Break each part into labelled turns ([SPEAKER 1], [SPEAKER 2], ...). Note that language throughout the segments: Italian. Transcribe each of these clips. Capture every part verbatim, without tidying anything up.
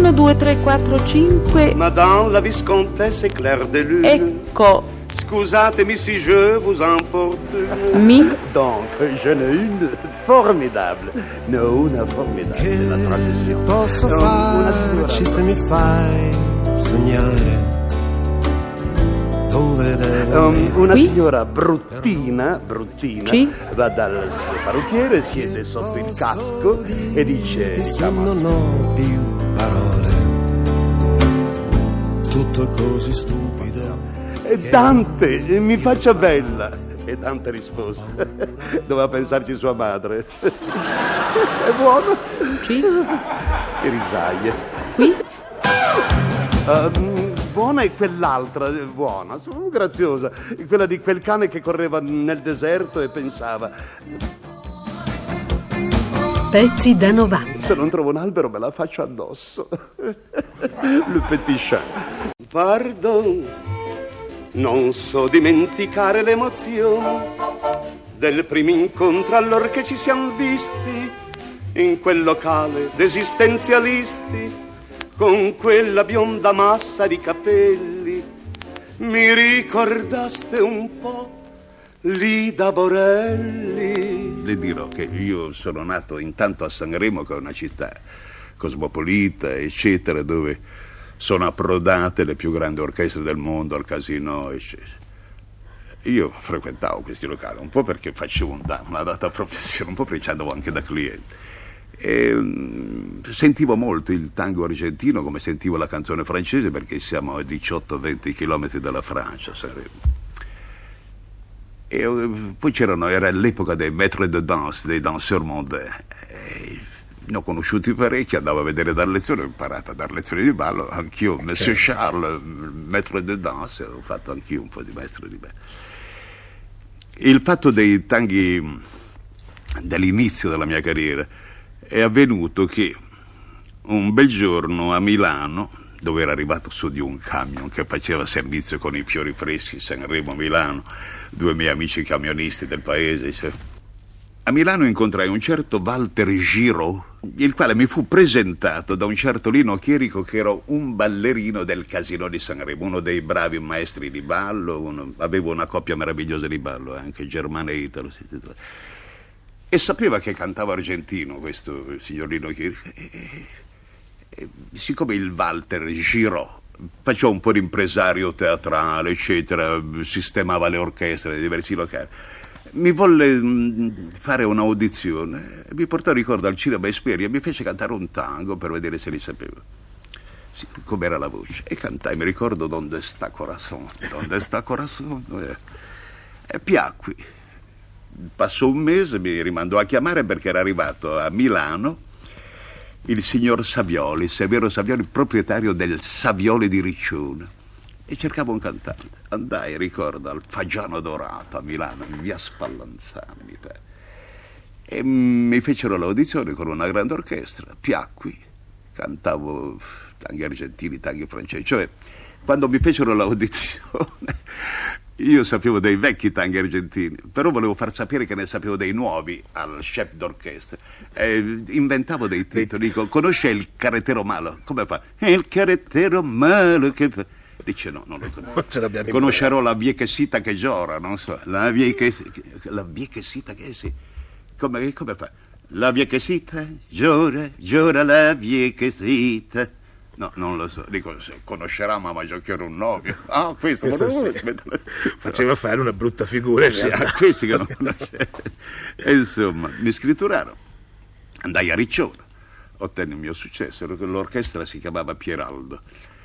[SPEAKER 1] uno, due, tre, quattro, cinque.
[SPEAKER 2] Madame la Viscontesse Claire de Lune.
[SPEAKER 1] Ecco.
[SPEAKER 2] Scusatemi si je vous importune.
[SPEAKER 1] Mi?
[SPEAKER 3] Donc, je n'ai une formidable. No, una formidable. La traduzione.
[SPEAKER 4] Posso
[SPEAKER 3] No, una
[SPEAKER 4] farci
[SPEAKER 3] signora.
[SPEAKER 4] se mi fai sognare dove devo
[SPEAKER 3] Um,
[SPEAKER 4] mettere.
[SPEAKER 3] una
[SPEAKER 1] Qui?
[SPEAKER 3] signora bruttina, bruttina,
[SPEAKER 1] Sì?
[SPEAKER 3] va dal suo parrucchiere, siede sotto il casco e dice,
[SPEAKER 4] Di su
[SPEAKER 3] diciamo,
[SPEAKER 4] non ho più parole, tutto è così stupido.
[SPEAKER 3] "E Dante, mi faccia bella. E Dante rispose, doveva pensarci sua madre. È buono?
[SPEAKER 1] Sì?
[SPEAKER 3] Che risaie.
[SPEAKER 1] Qui?
[SPEAKER 3] Um, buona è quell'altra, eh, buona, sono graziosa, quella di quel cane che correva nel deserto e pensava,
[SPEAKER 5] Pezzi da novanta.
[SPEAKER 3] se non trovo un albero me la faccio addosso. Le petit chat.
[SPEAKER 2] Pardon, non so dimenticare l'emozione del primo incontro allorché ci siamo visti in quel locale d'esistenzialisti con quella bionda massa di capelli. Mi ricordaste un po' Lida Borelli.
[SPEAKER 6] Le dirò che io sono nato intanto a Sanremo, che è una città cosmopolita, eccetera, dove sono approdate le più grandi orchestre del mondo, al Casino, eccetera. Io frequentavo questi locali un po' perché facevo un da- una data professione, un po' perché andavo anche da cliente. E, um, sentivo molto il tango argentino come sentivo la canzone francese, perché siamo a diciotto venti chilometri dalla Francia, Sanremo. E uh, poi c'erano, era l'epoca dei maîtres de danse, dei danseurs mondains. E ne ho conosciuti parecchi, andavo a vedere dar lezioni, ho imparato a dar lezioni di ballo, anch'io, Monsieur Charles, maître de danse, ho fatto anch'io un po' di maestro di ballo. Il fatto dei tanghi dall'inizio della mia carriera è avvenuto che un bel giorno a Milano, dove era arrivato su di un camion che faceva servizio con i fiori freschi, Sanremo-Milano, due miei amici camionisti del paese, cioè, a Milano incontrai un certo Walter Giraud, il quale mi fu presentato da un certo Lino Chierico, che era un ballerino del Casino di Sanremo, uno dei bravi maestri di ballo, uno, avevo una coppia meravigliosa di ballo, anche Germano e Italo. E sapeva che cantava argentino questo signor Lino Chierico. E, e, siccome il Walter Giraud faceva un po' di impresario teatrale, eccetera, sistemava le orchestre dei diversi locali, mi volle mh, fare un'audizione, mi portò, ricordo, al Cinema Esperia, mi fece cantare un tango per vedere se li sapevo, sì, com'era la voce, e cantai, mi ricordo, Donde sta corazon, Donde sta corazon, eh. E piacqui. Passò un mese, mi rimandò a chiamare perché era arrivato a Milano il signor Savioli, Severo Savioli, proprietario del Savioli di Riccione, e cercavo un cantante. Andai, ricordo, al Fagiano Dorato a Milano, in via Spallanzani, e mi fecero l'audizione con una grande orchestra. Piacqui, cantavo tanghi argentini, tanghi francesi, cioè quando mi fecero l'audizione io sapevo dei vecchi tanghi argentini, però volevo far sapere che ne sapevo dei nuovi al chef d'orchestra. E inventavo dei titoli, dico, conosce il Carretero Malo? Come fa? Il Carretero Malo che fa? Dice no, non lo conosco. Conoscerò la viechesita che llora, non so, la viechesita, la viechesita che sì. Come, come fa? La viechesita llora, llora la viechesita. No, non lo so, dico, se conoscerà mamma Giochiero un novio. Ah, questo, questo non sì. lo
[SPEAKER 7] Faceva fare una brutta figura.
[SPEAKER 6] Sì, a questi che non conoscevo. E insomma, mi scritturarono. Andai a Riccione, ottenni il mio successo, l'orchestra si chiamava Pieraldo.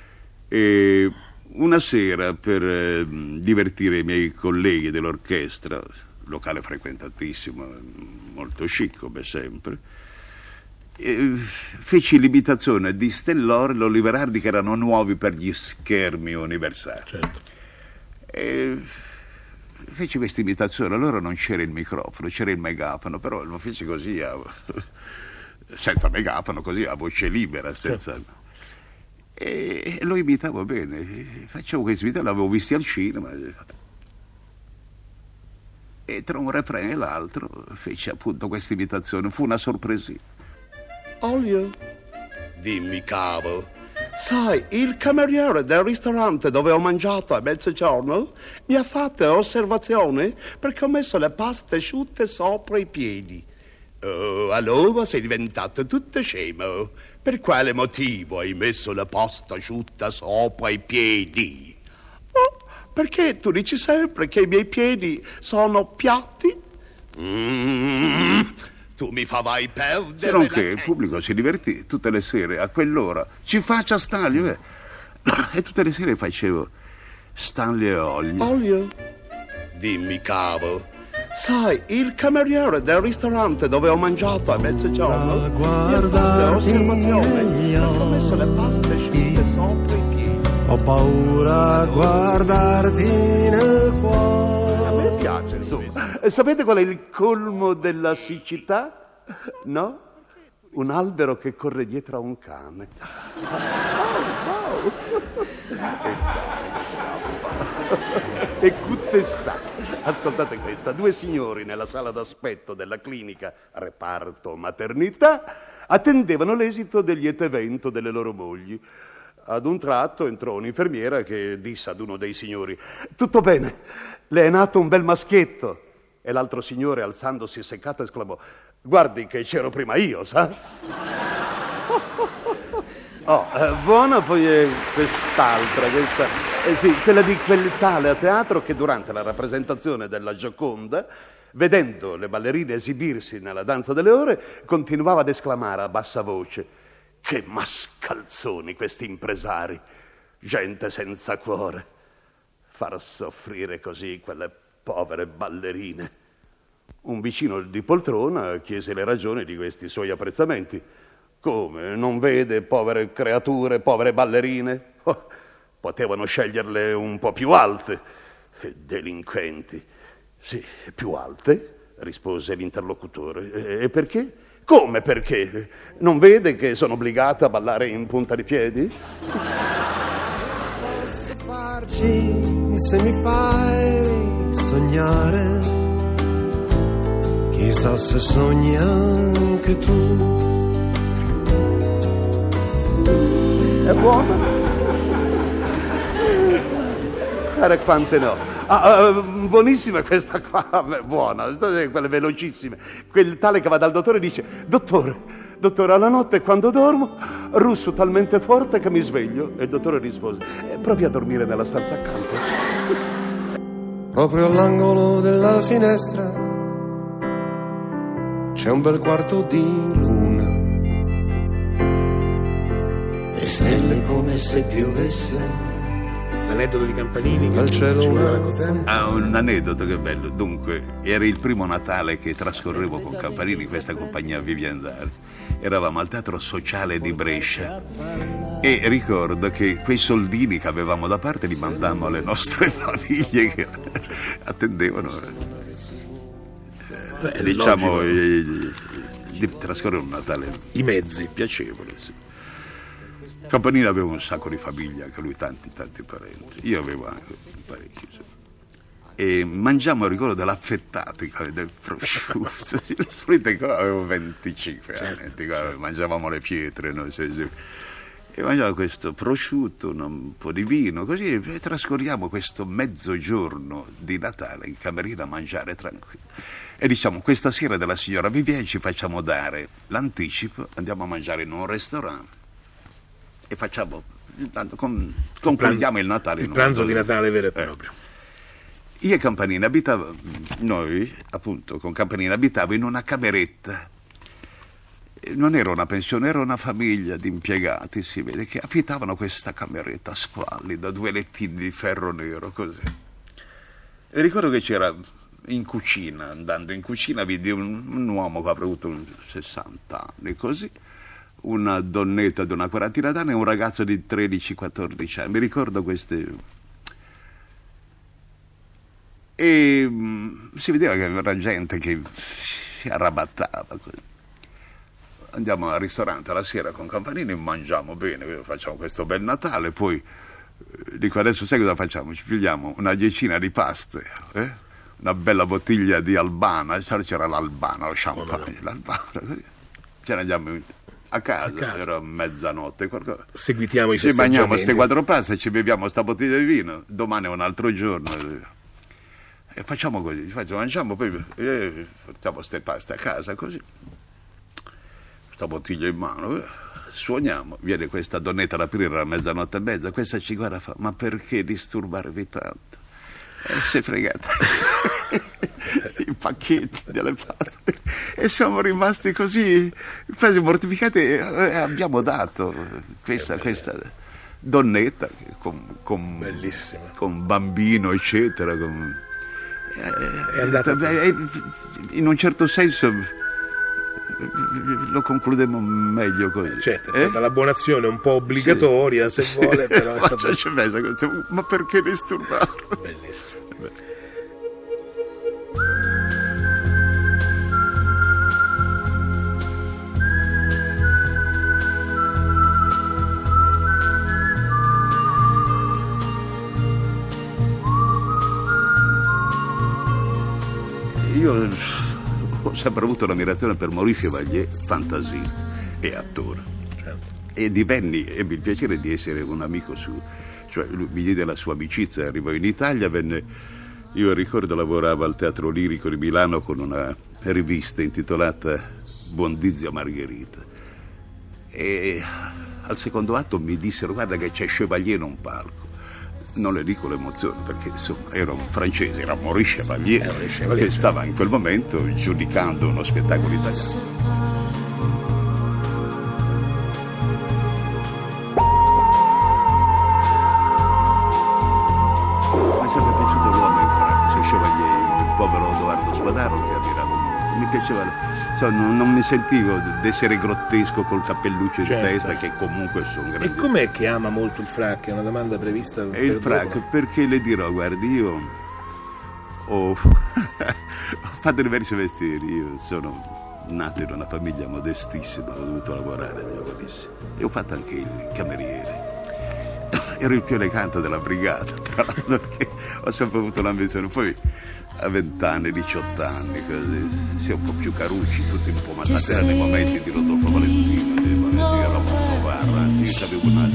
[SPEAKER 6] E una sera, per eh, divertire i miei colleghi dell'orchestra, locale frequentatissimo, molto chic come sempre, Eh, feci l'imitazione di Stellore e l'Oliverardi, che erano nuovi per gli schermi universali.
[SPEAKER 7] Certo.
[SPEAKER 6] E feci questa imitazione, allora non c'era il microfono, c'era il megafono, però lo feci così, a, senza megafono, così a voce libera, senza... Certo. E lo imitavo bene, facevo questa imitazione, l'avevo visti al cinema, e tra un refrain e l'altro feci appunto questa imitazione, fu una sorpresina.
[SPEAKER 2] Olio Dimmi, cavo. Sai, il cameriere del ristorante dove ho mangiato a mezzogiorno mi ha fatto osservazione perché ho messo le paste asciutte sopra i piedi. Oh, allora sei diventato tutto scemo. Per quale motivo hai messo la pasta asciutta sopra i piedi? Oh, perché tu dici sempre che i miei piedi sono piatti? Mm. Tu mi favai perdere.
[SPEAKER 6] Se non che il pubblico si divertì tutte le sere a quell'ora. Ci faccia Stanlio, eh. E tutte le sere facevo Stanlio e olio.
[SPEAKER 2] Olio? Dimmi, cavo. Sai, il cameriere del ristorante dove ho mangiato a mezzogiorno mi ha fatto osservazione perché ho messo le paste asciutte sopra i piedi.
[SPEAKER 4] Ho paura a guardarti nel cuore.
[SPEAKER 3] A me piace, insomma. E sapete qual è il colmo della siccità? No? Un albero che corre dietro a un cane. Oh, wow. E Cuttessà. Ascoltate questa. Due signori nella sala d'aspetto della clinica reparto maternità attendevano l'esito del lieto evento delle loro mogli. Ad un tratto entrò un'infermiera che disse ad uno dei signori: tutto bene, le è nato un bel maschietto. E l'altro signore, alzandosi seccato, esclamò: guardi che c'ero prima io, sa? Oh, eh, buona poi è quest'altra, questa, eh, sì, quella di quel tale a teatro che durante la rappresentazione della Gioconda, vedendo le ballerine esibirsi nella danza delle ore, continuava ad esclamare a bassa voce: che mascalzoni questi impresari, gente senza cuore, far soffrire così quelle povere ballerine. Un vicino di poltrona chiese le ragioni di questi suoi apprezzamenti. Come, non vede, povere creature, povere ballerine? Oh, potevano sceglierle un po' più alte. Delinquenti. Sì, più alte, rispose l'interlocutore. E perché? Come perché? Non vede che sono obbligata a ballare in punta di piedi?
[SPEAKER 4] Posso farci se mi fai sognare. Chissà se sogni anche tu.
[SPEAKER 3] È buona? Guarda quante no. Ah, uh, buonissima questa qua, buona, quelle velocissime. Quel tale che va dal dottore e dice: dottore, dottore, alla notte quando dormo russo talmente forte che mi sveglio. E il dottore rispose: eh, provi a dormire nella stanza accanto.
[SPEAKER 4] Proprio all'angolo della finestra c'è un bel quarto di luna e stelle come se piovesse.
[SPEAKER 7] L'aneddoto di Campanini
[SPEAKER 4] Dal
[SPEAKER 7] che
[SPEAKER 4] cielo
[SPEAKER 7] ci vuole
[SPEAKER 4] una-
[SPEAKER 7] raccontare?
[SPEAKER 6] Ah, un aneddoto che bello. Dunque, era il primo Natale che trascorrevo con Campanini, questa compagnia Viviandare. Eravamo al Teatro Sociale di Brescia e ricordo che quei soldini che avevamo da parte li mandammo alle nostre famiglie che attendevano,
[SPEAKER 7] Beh, è
[SPEAKER 6] diciamo,
[SPEAKER 7] logico.
[SPEAKER 6] eh, di trascorrere un Natale
[SPEAKER 7] I mezzi.
[SPEAKER 6] piacevole, sì. Campanini aveva un sacco di famiglia, anche lui tanti, tanti parenti. Io avevo anche parecchi. Sì. E mangiamo, ricordo, dell'affettato, del prosciutto. Le solite cose, avevo venticinque
[SPEAKER 7] Certo.
[SPEAKER 6] anni, dico, mangiavamo le pietre, no? Sì, sì. E mangiavo questo prosciutto, un po' di vino, così e trascorriamo questo mezzogiorno di Natale in camerina a mangiare tranquillo. E diciamo, questa sera della signora Vivian ci facciamo dare l'anticipo, andiamo a mangiare in un ristorante e facciamo, con, concludiamo il Natale.
[SPEAKER 7] Il
[SPEAKER 6] in un
[SPEAKER 7] pranzo di
[SPEAKER 6] modo-
[SPEAKER 7] Natale vero e
[SPEAKER 6] Eh.
[SPEAKER 7] proprio.
[SPEAKER 6] Io e Campanini abitavo, noi appunto con Campanini abitavo in una cameretta. Non era una pensione, era una famiglia di impiegati, si vede, che affittavano questa cameretta squallida, due lettini di ferro nero, così. E ricordo che c'era in cucina, andando in cucina, vidi un, un uomo che avrà avuto un sessanta anni, così, una donnetta di una quarantina d'anni e un ragazzo di tredici quattordici anni. Mi ricordo queste... E mh, si vedeva che era gente che si arrabattava, così. Andiamo al ristorante alla sera con Campanini, mangiamo bene, facciamo questo bel Natale, poi eh, dico adesso sai cosa facciamo? Ci pigliamo una decina di paste, eh? Una bella bottiglia di Albana, c'era l'Albana, lo champagne, l'Albana, così. Ce ne andiamo in, a casa,
[SPEAKER 7] A casa.
[SPEAKER 6] era mezzanotte, qualcosa.
[SPEAKER 7] Seguitiamo i
[SPEAKER 6] Ci mangiamo
[SPEAKER 7] festeggiamenti.
[SPEAKER 6] queste quattro paste e ci beviamo sta bottiglia di vino, domani è un altro giorno. E facciamo così, facciamo, mangiamo, poi eh, portiamo queste paste a casa, così. Sta bottiglia in mano, eh, suoniamo, viene questa donnetta ad aprire a mezzanotte e mezza, questa ci guarda e fa, ma perché disturbarvi tanto? E si è fregata i pacchetti delle paste e siamo rimasti così quasi mortificati e abbiamo dato questa, questa donnetta con, con,
[SPEAKER 7] Bellissima.
[SPEAKER 6] con bambino eccetera con,
[SPEAKER 7] È andata
[SPEAKER 6] eh, in un certo senso lo concludemmo meglio così.
[SPEAKER 7] Certo, è stata la buonazione un po' obbligatoria,
[SPEAKER 6] Sì.
[SPEAKER 7] se vuole, però è
[SPEAKER 6] Ma
[SPEAKER 7] stato
[SPEAKER 6] c'è messa questo, ma perché disturbarlo?
[SPEAKER 7] bellissimo.
[SPEAKER 6] Io ho sempre avuto un'ammirazione per Maurice Chevalier, fantasista e attore.
[SPEAKER 7] Certo.
[SPEAKER 6] E divenni, ebbi il piacere di essere un amico suo, cioè lui mi diede la sua amicizia, arrivò in Italia, venne, io ricordo lavoravo al Teatro Lirico di Milano con una rivista intitolata Buondizio Margherita e al secondo atto mi dissero guarda che c'è Chevalier in un palco. Non le dico l'emozione perché insomma era un francese, era Maurice Chevalier,
[SPEAKER 7] Era Maurice Chevalier,
[SPEAKER 6] che stava in quel momento giudicando uno spettacolo italiano. Mi è sempre piaciuto l'uomo in francia, il Chevalier, il povero Edoardo Spadaro che ammiravo molto. Mi piaceva, so, non, non mi sentivo d'essere grottesco col cappelluccio
[SPEAKER 7] Certo.
[SPEAKER 6] in testa che comunque sono
[SPEAKER 7] E
[SPEAKER 6] grandi.
[SPEAKER 7] com'è che ama molto il frac? È una domanda prevista per
[SPEAKER 6] E il frac,
[SPEAKER 7] dopo.
[SPEAKER 6] perché le dirò, guardi, io ho, ho fatto diversi mestieri, io sono nato in una famiglia modestissima, ho dovuto lavorare da giovanissimo e ho fatto anche il cameriere. Ero il più elegante della brigata, tra l'altro, perché ho sempre avuto l'ambizione. Poi a vent'anni, diciotto anni, così, si è un po' più carucci, tutti un po' mandati nei momenti di Rodolfo Valentino, nei momenti di Ramon Novarra, anzi, avevo una,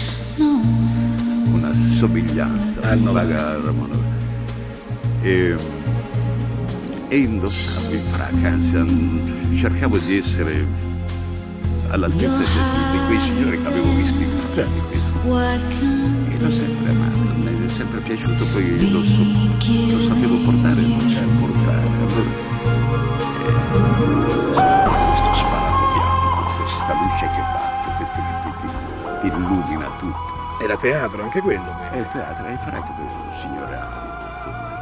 [SPEAKER 6] una somiglianza,
[SPEAKER 7] Ah, no.
[SPEAKER 6] vaga a Ramon Novarra. E, e indossavo il frac, anzi, an- cercavo di essere all'altezza di, di quei signori che avevo visti in frac. E l'ho sempre amato, mi è sempre piaciuto, poi lo, so, lo sapevo portare e non so portare. Allora, eh, questo sparato bianco, questa luce che batte, questo che ti, ti illumina tutto.
[SPEAKER 7] Era teatro anche quello.
[SPEAKER 6] E
[SPEAKER 7] quindi.
[SPEAKER 6] il teatro, e farà che un signore abile, insomma.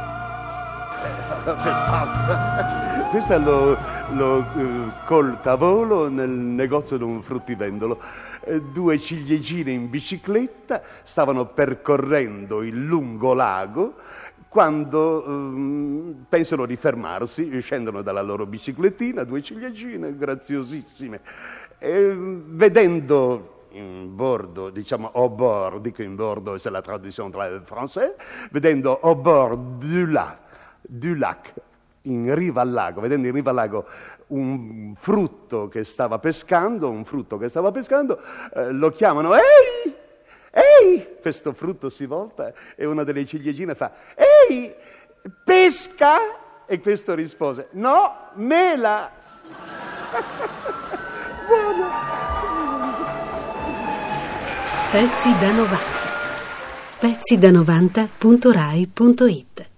[SPEAKER 3] Questo l'ho, l'ho eh, colta a volo nel negozio di un fruttivendolo. Eh, due ciliegine in bicicletta stavano percorrendo il lungo lago quando ehm, pensano di fermarsi, scendono dalla loro biciclettina, due ciliegine graziosissime. E, vedendo in bordo, diciamo au bord, dico in bordo, c'est la traduzione tra il français, vedendo au bord du lac, du lac, in riva al lago, vedendo in riva al lago un frutto che stava pescando, un frutto che stava pescando, eh, lo chiamano, ehi, ehi, questo frutto si volta e una delle ciliegine fa, ehi, pesca? E questo rispose, no, mela. Buono.
[SPEAKER 5] Pezzi da novanta. pezzi da novanta punto rai punto it